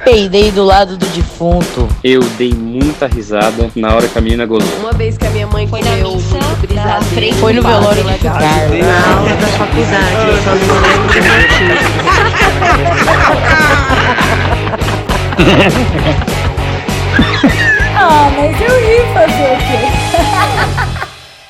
peidei do lado do defunto. Eu dei muita risada na hora que a menina gozou. Uma vez que a minha mãe comeu muito brisadeiro. Foi no velório de Carla. Na aula da faculdade, eu só não lembro do motivo. Mas eu ri fazer o quê?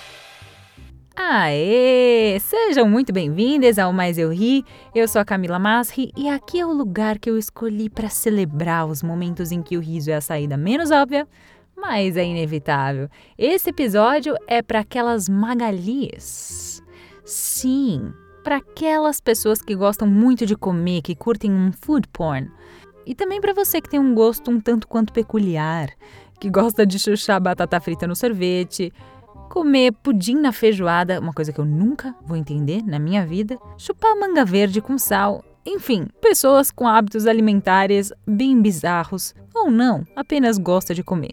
Aê! Sejam muito bem-vindas ao Mais Eu Ri. Eu sou a Camila Masri e aqui é o lugar que eu escolhi para celebrar os momentos em que o riso é a saída menos óbvia, mas é inevitável. Esse episódio é para aquelas Magalies. Sim, para aquelas pessoas que gostam muito de comer, que curtem um food porn. E também para você que tem um gosto um tanto quanto peculiar, que gosta de chuchar batata frita no sorvete, comer pudim na feijoada, uma coisa que eu nunca vou entender na minha vida, chupar manga verde com sal, enfim, pessoas com hábitos alimentares bem bizarros, ou não, apenas gosta de comer.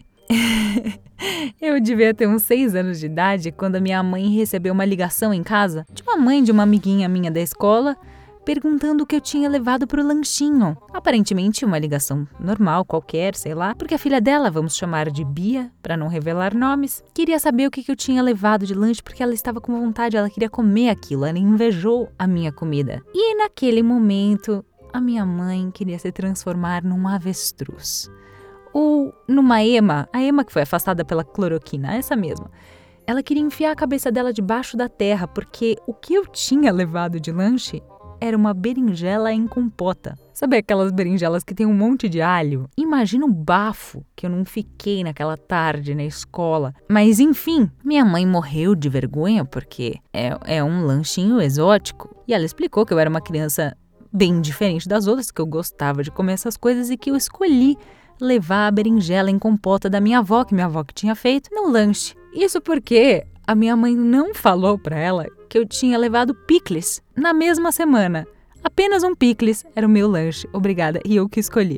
Eu devia ter uns 6 anos de idade quando a minha mãe recebeu uma ligação em casa de uma mãe de uma amiguinha minha da escola, perguntando o que eu tinha levado pro lanchinho. Aparentemente uma ligação normal, qualquer, sei lá, porque a filha dela, vamos chamar de Bia, para não revelar nomes, queria saber o que eu tinha levado de lanche porque ela estava com vontade, ela queria comer aquilo, ela invejou a minha comida. E naquele momento, a minha mãe queria se transformar num avestruz. Ou numa ema, a ema que foi afastada pela cloroquina, essa mesma. Ela queria enfiar a cabeça dela debaixo da terra porque o que eu tinha levado de lanche era uma berinjela em compota. Sabe aquelas berinjelas que tem um monte de alho? Imagina o bafo que eu não fiquei naquela tarde na escola. Mas enfim, minha mãe morreu de vergonha porque é um lanchinho exótico. E ela explicou que eu era uma criança bem diferente das outras, que eu gostava de comer essas coisas e que eu escolhi levar a berinjela em compota da minha avó, que minha avó que tinha feito, no lanche. Isso porque a minha mãe não falou pra ela que eu tinha levado picles na mesma semana. Apenas um picles era o meu lanche, obrigada, e eu que escolhi.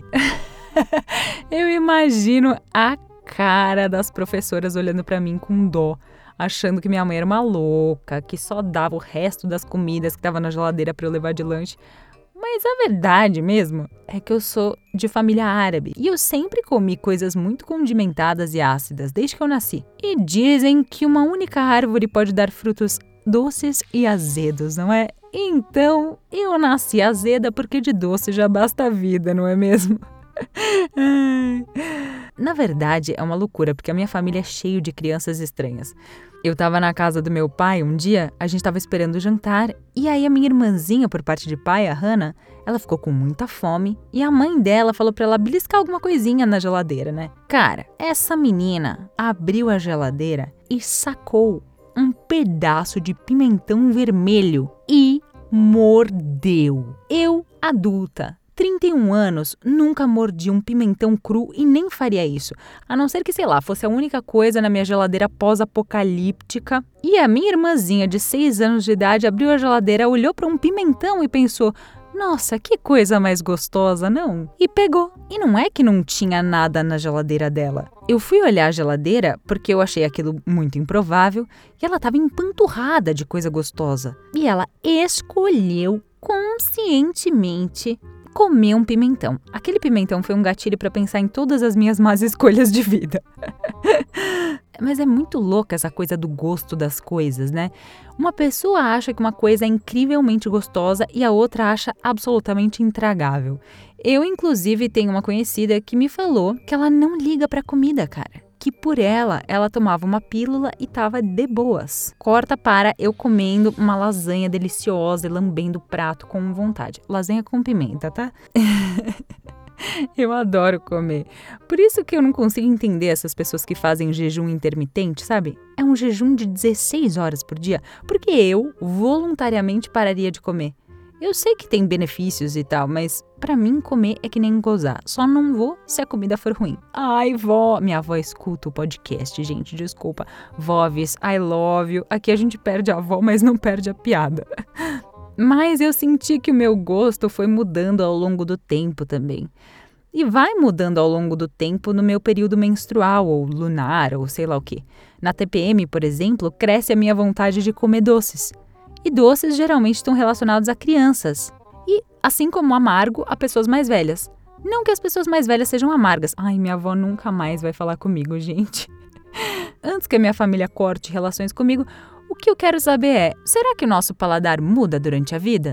Eu imagino a cara das professoras olhando pra mim com dó, achando que minha mãe era uma louca, que só dava o resto das comidas que estavam na geladeira pra eu levar de lanche. Mas a verdade mesmo é que eu sou de família árabe e eu sempre comi coisas muito condimentadas e ácidas desde que eu nasci. E dizem que uma única árvore pode dar frutos doces e azedos, não é? Então eu nasci azeda porque de doce já basta a vida, não é mesmo? Na verdade é uma loucura porque a minha família é cheia de crianças estranhas. Eu tava na casa do meu pai um dia, a gente tava esperando o jantar, e aí a minha irmãzinha, por parte de pai, a Hannah, ela ficou com muita fome, e a mãe dela falou pra ela beliscar alguma coisinha na geladeira, né? Cara, essa menina abriu a geladeira e sacou um pedaço de pimentão vermelho e mordeu. Eu, adulta, 31 anos, nunca mordi um pimentão cru e nem faria isso. A não ser que, sei lá, fosse a única coisa na minha geladeira pós-apocalíptica. E a minha irmãzinha de 6 anos de idade abriu a geladeira, olhou para um pimentão e pensou: nossa, que coisa mais gostosa, não? E pegou. E não é que não tinha nada na geladeira dela. Eu fui olhar a geladeira porque eu achei aquilo muito improvável e ela estava empanturrada de coisa gostosa. E ela escolheu conscientemente comer um pimentão. Aquele pimentão foi um gatilho para pensar em todas as minhas más escolhas de vida. Mas é muito louca essa coisa do gosto das coisas, né? Uma pessoa acha que uma coisa é incrivelmente gostosa e a outra acha absolutamente intragável. Eu, inclusive, tenho uma conhecida que me falou que ela não liga pra comida, cara. Que por ela tomava uma pílula e tava de boas. Corta para eu comendo uma lasanha deliciosa e lambendo o prato com vontade. Lasanha com pimenta, tá? Eu adoro comer. Por isso que eu não consigo entender essas pessoas que fazem jejum intermitente, sabe? É um jejum de 16 horas por dia. Porque eu voluntariamente pararia de comer. Eu sei que tem benefícios e tal, mas pra mim comer é que nem gozar. Só não vou se a comida for ruim. Ai, vó. Minha avó escuta o podcast, gente, desculpa. Vóvis, I love you. Aqui a gente perde a avó, mas não perde a piada. Mas eu senti que o meu gosto foi mudando ao longo do tempo também. E vai mudando ao longo do tempo no meu período menstrual, ou lunar, ou sei lá o quê. Na TPM, por exemplo, cresce a minha vontade de comer doces. E doces geralmente estão relacionados a crianças. E, assim como amargo, a pessoas mais velhas. Não que as pessoas mais velhas sejam amargas. Ai, minha avó nunca mais vai falar comigo, gente. Antes que a minha família corte relações comigo, o que eu quero saber é, será que o nosso paladar muda durante a vida?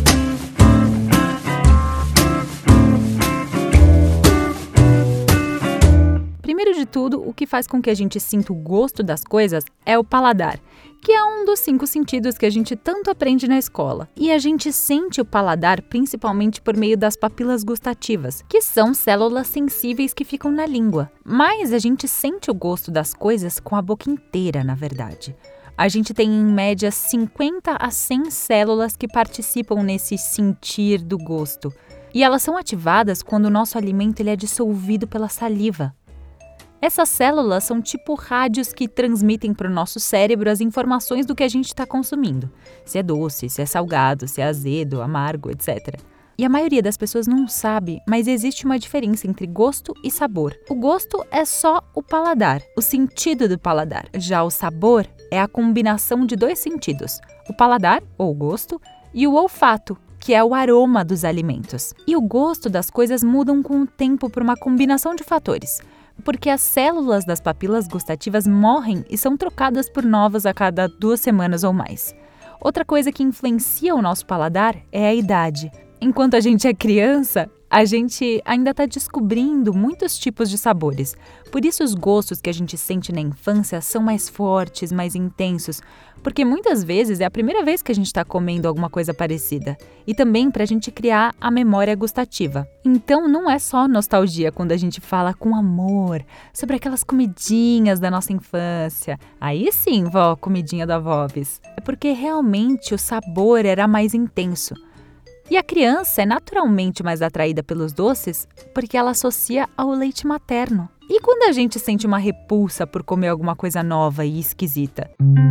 Primeiro de tudo, o que faz com que a gente sinta o gosto das coisas é o paladar, que é um dos 5 sentidos que a gente tanto aprende na escola. E a gente sente o paladar principalmente por meio das papilas gustativas, que são células sensíveis que ficam na língua. Mas a gente sente o gosto das coisas com a boca inteira, na verdade. A gente tem em média 50 a 100 células que participam nesse sentir do gosto. E elas são ativadas quando o nosso alimento ele é dissolvido pela saliva. Essas células são tipo rádios que transmitem para o nosso cérebro as informações do que a gente está consumindo. Se é doce, se é salgado, se é azedo, amargo, etc. E a maioria das pessoas não sabe, mas existe uma diferença entre gosto e sabor. O gosto é só o paladar, o sentido do paladar. Já o sabor é a combinação de 2 sentidos, o paladar, ou gosto, e o olfato, que é o aroma dos alimentos. E o gosto das coisas mudam com o tempo por uma combinação de fatores. Porque as células das papilas gustativas morrem e são trocadas por novas a cada 2 semanas ou mais. Outra coisa que influencia o nosso paladar é a idade. Enquanto a gente é criança, a gente ainda está descobrindo muitos tipos de sabores. Por isso os gostos que a gente sente na infância são mais fortes, mais intensos, porque muitas vezes é a primeira vez que a gente está comendo alguma coisa parecida. E também para a gente criar a memória gustativa. Então não é só nostalgia quando a gente fala com amor sobre aquelas comidinhas da nossa infância. Aí sim, vó, comidinha da Vobis. É porque realmente o sabor era mais intenso. E a criança é naturalmente mais atraída pelos doces porque ela associa ao leite materno. E quando a gente sente uma repulsa por comer alguma coisa nova e esquisita?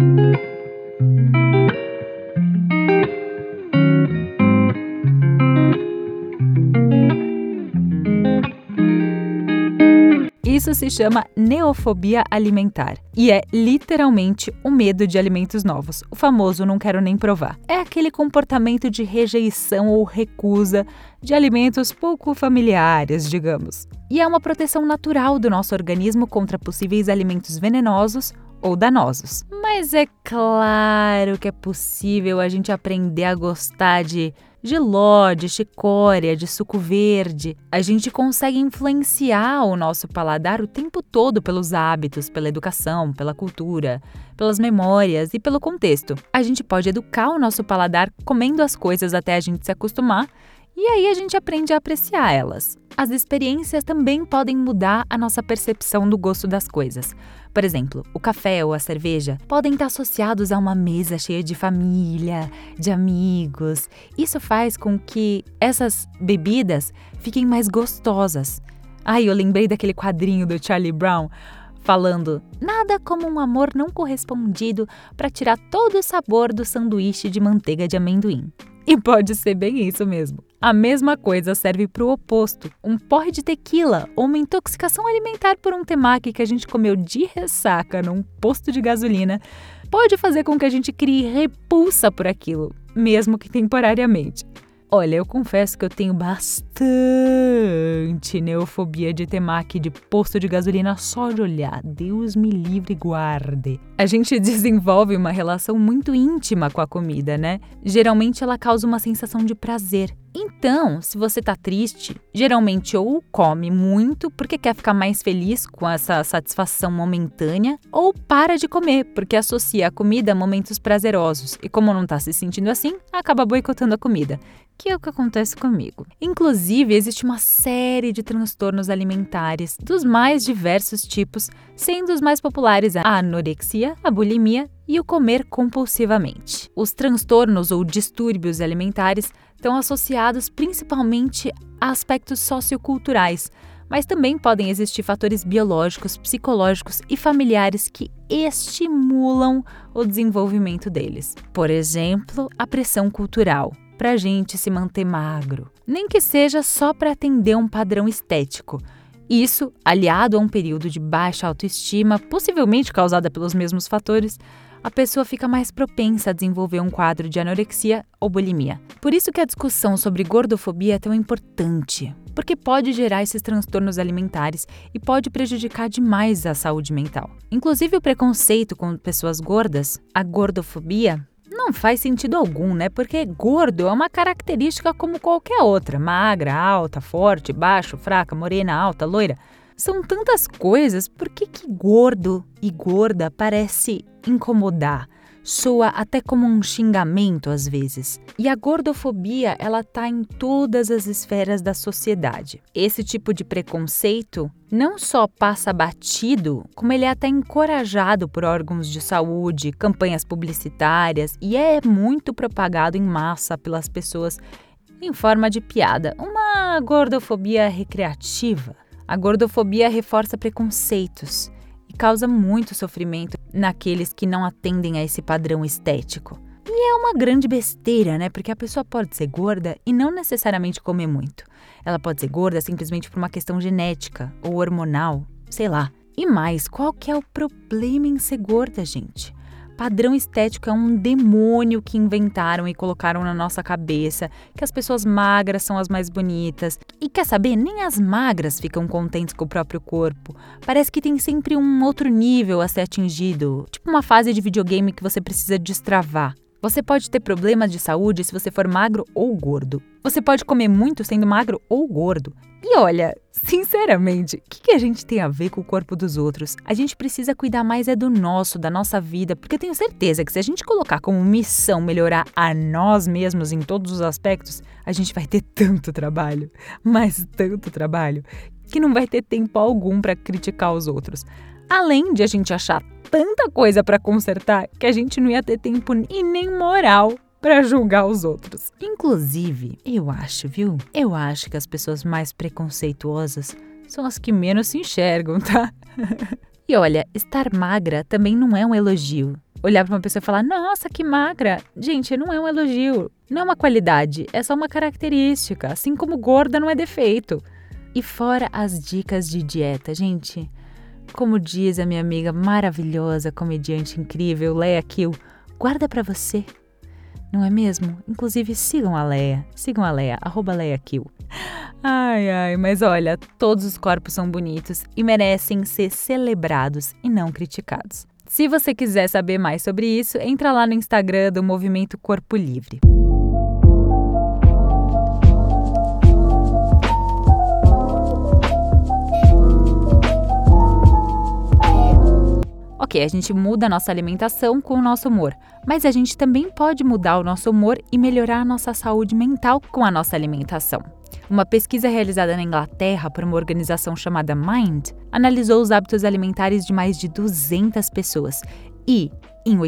Isso se chama neofobia alimentar e é literalmente o medo de alimentos novos, o famoso não quero nem provar. É aquele comportamento de rejeição ou recusa de alimentos pouco familiares, digamos. E é uma proteção natural do nosso organismo contra possíveis alimentos venenosos ou danosos. Mas é claro que é possível a gente aprender a gostar de jiló, de chicória, de suco verde. A gente consegue influenciar o nosso paladar o tempo todo pelos hábitos, pela educação, pela cultura, pelas memórias e pelo contexto. A gente pode educar o nosso paladar comendo as coisas até a gente se acostumar e aí a gente aprende a apreciar elas. As experiências também podem mudar a nossa percepção do gosto das coisas. Por exemplo, o café ou a cerveja podem estar associados a uma mesa cheia de família, de amigos. Isso faz com que essas bebidas fiquem mais gostosas. Eu lembrei daquele quadrinho do Charlie Brown falando: nada como um amor não correspondido para tirar todo o sabor do sanduíche de manteiga de amendoim. E pode ser bem isso mesmo. A mesma coisa serve para o oposto. Um porre de tequila ou uma intoxicação alimentar por um temaki que a gente comeu de ressaca num posto de gasolina pode fazer com que a gente crie repulsa por aquilo, mesmo que temporariamente. Olha, eu confesso que eu tenho bastante neofobia de temaki de posto de gasolina só de olhar. Deus me livre e guarde. A gente desenvolve uma relação muito íntima com a comida, né? Geralmente ela causa uma sensação de prazer. Então, se você tá triste, geralmente ou come muito porque quer ficar mais feliz com essa satisfação momentânea, ou para de comer porque associa a comida a momentos prazerosos e como não tá se sentindo assim, acaba boicotando a comida, que é o que acontece comigo. Inclusive, existe uma série de transtornos alimentares dos mais diversos tipos, sendo os mais populares a anorexia, a bulimia e o comer compulsivamente. Os transtornos ou distúrbios alimentares estão associados principalmente a aspectos socioculturais, mas também podem existir fatores biológicos, psicológicos e familiares que estimulam o desenvolvimento deles. Por exemplo, a pressão cultural, para a gente se manter magro, nem que seja só para atender um padrão estético. Isso, aliado a um período de baixa autoestima, possivelmente causada pelos mesmos fatores, a pessoa fica mais propensa a desenvolver um quadro de anorexia ou bulimia. Por isso que a discussão sobre gordofobia é tão importante, porque pode gerar esses transtornos alimentares e pode prejudicar demais a saúde mental. Inclusive o preconceito com pessoas gordas, a gordofobia, não faz sentido algum, né? Porque gordo é uma característica como qualquer outra. Magra, alta, forte, baixo, fraca, morena, alta, loira. São tantas coisas, por que gordo e gorda parece incomodar? Soa até como um xingamento às vezes. E a gordofobia, ela tá em todas as esferas da sociedade. Esse tipo de preconceito não só passa batido, como ele é até encorajado por órgãos de saúde, campanhas publicitárias e é muito propagado em massa pelas pessoas em forma de piada. Uma gordofobia recreativa. A gordofobia reforça preconceitos e causa muito sofrimento naqueles que não atendem a esse padrão estético. E é uma grande besteira, né? Porque a pessoa pode ser gorda e não necessariamente comer muito. Ela pode ser gorda simplesmente por uma questão genética ou hormonal, sei lá. E mais, qual que é o problema em ser gorda, gente? Padrão estético é um demônio que inventaram e colocaram na nossa cabeça, que as pessoas magras são as mais bonitas. E quer saber? Nem as magras ficam contentes com o próprio corpo. Parece que tem sempre um outro nível a ser atingido, tipo uma fase de videogame que você precisa destravar. Você pode ter problemas de saúde se você for magro ou gordo. Você pode comer muito sendo magro ou gordo. E olha, sinceramente, o que a gente tem a ver com o corpo dos outros? A gente precisa cuidar mais do nosso, da nossa vida, porque eu tenho certeza que se a gente colocar como missão melhorar a nós mesmos em todos os aspectos, a gente vai ter tanto trabalho, mas tanto trabalho, que não vai ter tempo algum para criticar os outros. Além de a gente achar tanta coisa para consertar que a gente não ia ter tempo e nem moral para julgar os outros. Inclusive, eu acho que as pessoas mais preconceituosas são as que menos se enxergam, tá? E olha, estar magra também não é um elogio. Olhar para uma pessoa e falar, nossa, que magra. Gente, não é um elogio. Não é uma qualidade, é só uma característica. Assim como gorda não é defeito. E fora as dicas de dieta, gente. Como diz a minha amiga maravilhosa, comediante incrível, Leia Kill, guarda pra você. Não é mesmo? Inclusive, sigam a Leia, @LeiaKill. Ai, mas olha, todos os corpos são bonitos e merecem ser celebrados e não criticados. Se você quiser saber mais sobre isso, entra lá no Instagram do Movimento Corpo Livre. Ok, a gente muda a nossa alimentação com o nosso humor, mas a gente também pode mudar o nosso humor e melhorar a nossa saúde mental com a nossa alimentação. Uma pesquisa realizada na Inglaterra por uma organização chamada Mind analisou os hábitos alimentares de mais de 200 pessoas e, em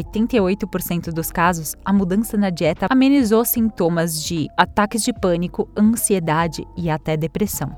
88% dos casos, a mudança na dieta amenizou sintomas de ataques de pânico, ansiedade e até depressão.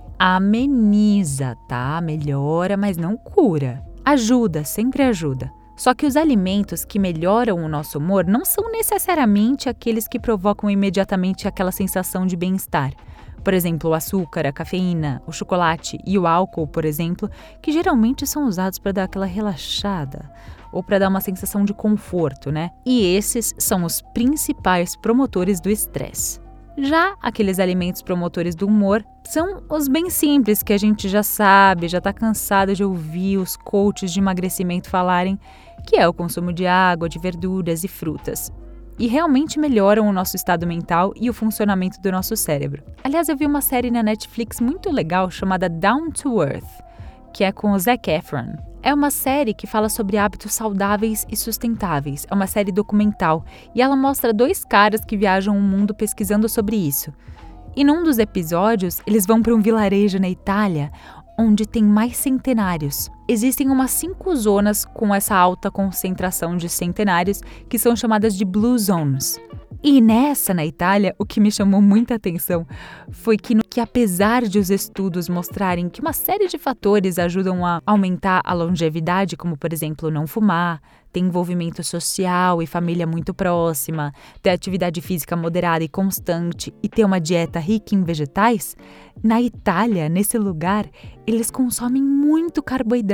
Ameniza, tá? Melhora, mas não cura. Ajuda, sempre ajuda. Só que os alimentos que melhoram o nosso humor não são necessariamente aqueles que provocam imediatamente aquela sensação de bem-estar. Por exemplo, o açúcar, a cafeína, o chocolate e o álcool, por exemplo, que geralmente são usados para dar aquela relaxada ou para dar uma sensação de conforto, né? E esses são os principais promotores do estresse. Já aqueles alimentos promotores do humor são os bem simples que a gente já sabe, já está cansado de ouvir os coaches de emagrecimento falarem, que é o consumo de água, de verduras e frutas. E realmente melhoram o nosso estado mental e o funcionamento do nosso cérebro. Aliás, eu vi uma série na Netflix muito legal chamada Down to Earth, que é com o Zac Efron. É uma série que fala sobre hábitos saudáveis e sustentáveis. É uma série documental e ela mostra 2 caras que viajam o mundo pesquisando sobre isso. E num dos episódios, eles vão para um vilarejo na Itália, onde tem mais centenários. Existem umas 5 zonas com essa alta concentração de centenários que são chamadas de Blue Zones. E nessa, na Itália, o que me chamou muita atenção foi que apesar de os estudos mostrarem que uma série de fatores ajudam a aumentar a longevidade, como, por exemplo, não fumar, ter envolvimento social e família muito próxima, ter atividade física moderada e constante e ter uma dieta rica em vegetais, na Itália, nesse lugar, eles consomem muito carboidrato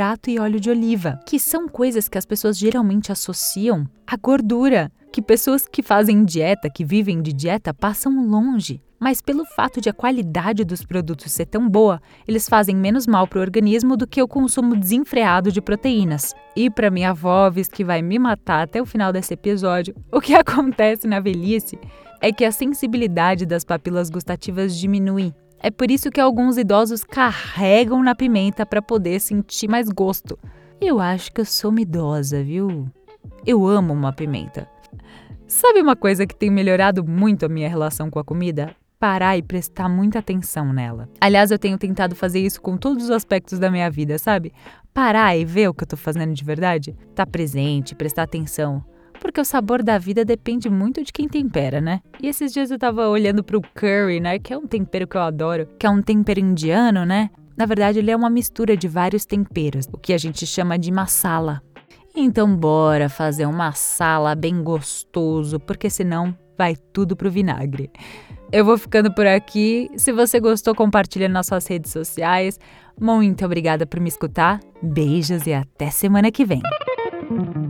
carboidrato e óleo de oliva, que são coisas que as pessoas geralmente associam à gordura, que pessoas que fazem dieta, que vivem de dieta, passam longe. Mas pelo fato de a qualidade dos produtos ser tão boa, eles fazem menos mal para o organismo do que o consumo desenfreado de proteínas. E para minha avó, que vai me matar até o final desse episódio, o que acontece na velhice é que a sensibilidade das papilas gustativas diminui. É por isso que alguns idosos carregam na pimenta para poder sentir mais gosto. Eu acho que eu sou uma idosa, viu? Eu amo uma pimenta. Sabe uma coisa que tem melhorado muito a minha relação com a comida? Parar e prestar muita atenção nela. Aliás, eu tenho tentado fazer isso com todos os aspectos da minha vida, sabe? Parar e ver o que eu tô fazendo de verdade. Tá presente, prestar atenção. Porque o sabor da vida depende muito de quem tempera, né? E esses dias eu tava olhando pro curry, né? Que é um tempero que eu adoro. Que é um tempero indiano, né? Na verdade, ele é uma mistura de vários temperos. O que a gente chama de masala. Então bora fazer um masala bem gostoso. Porque senão vai tudo pro vinagre. Eu vou ficando por aqui. Se você gostou, compartilha nas suas redes sociais. Muito obrigada por me escutar. Beijos e até semana que vem.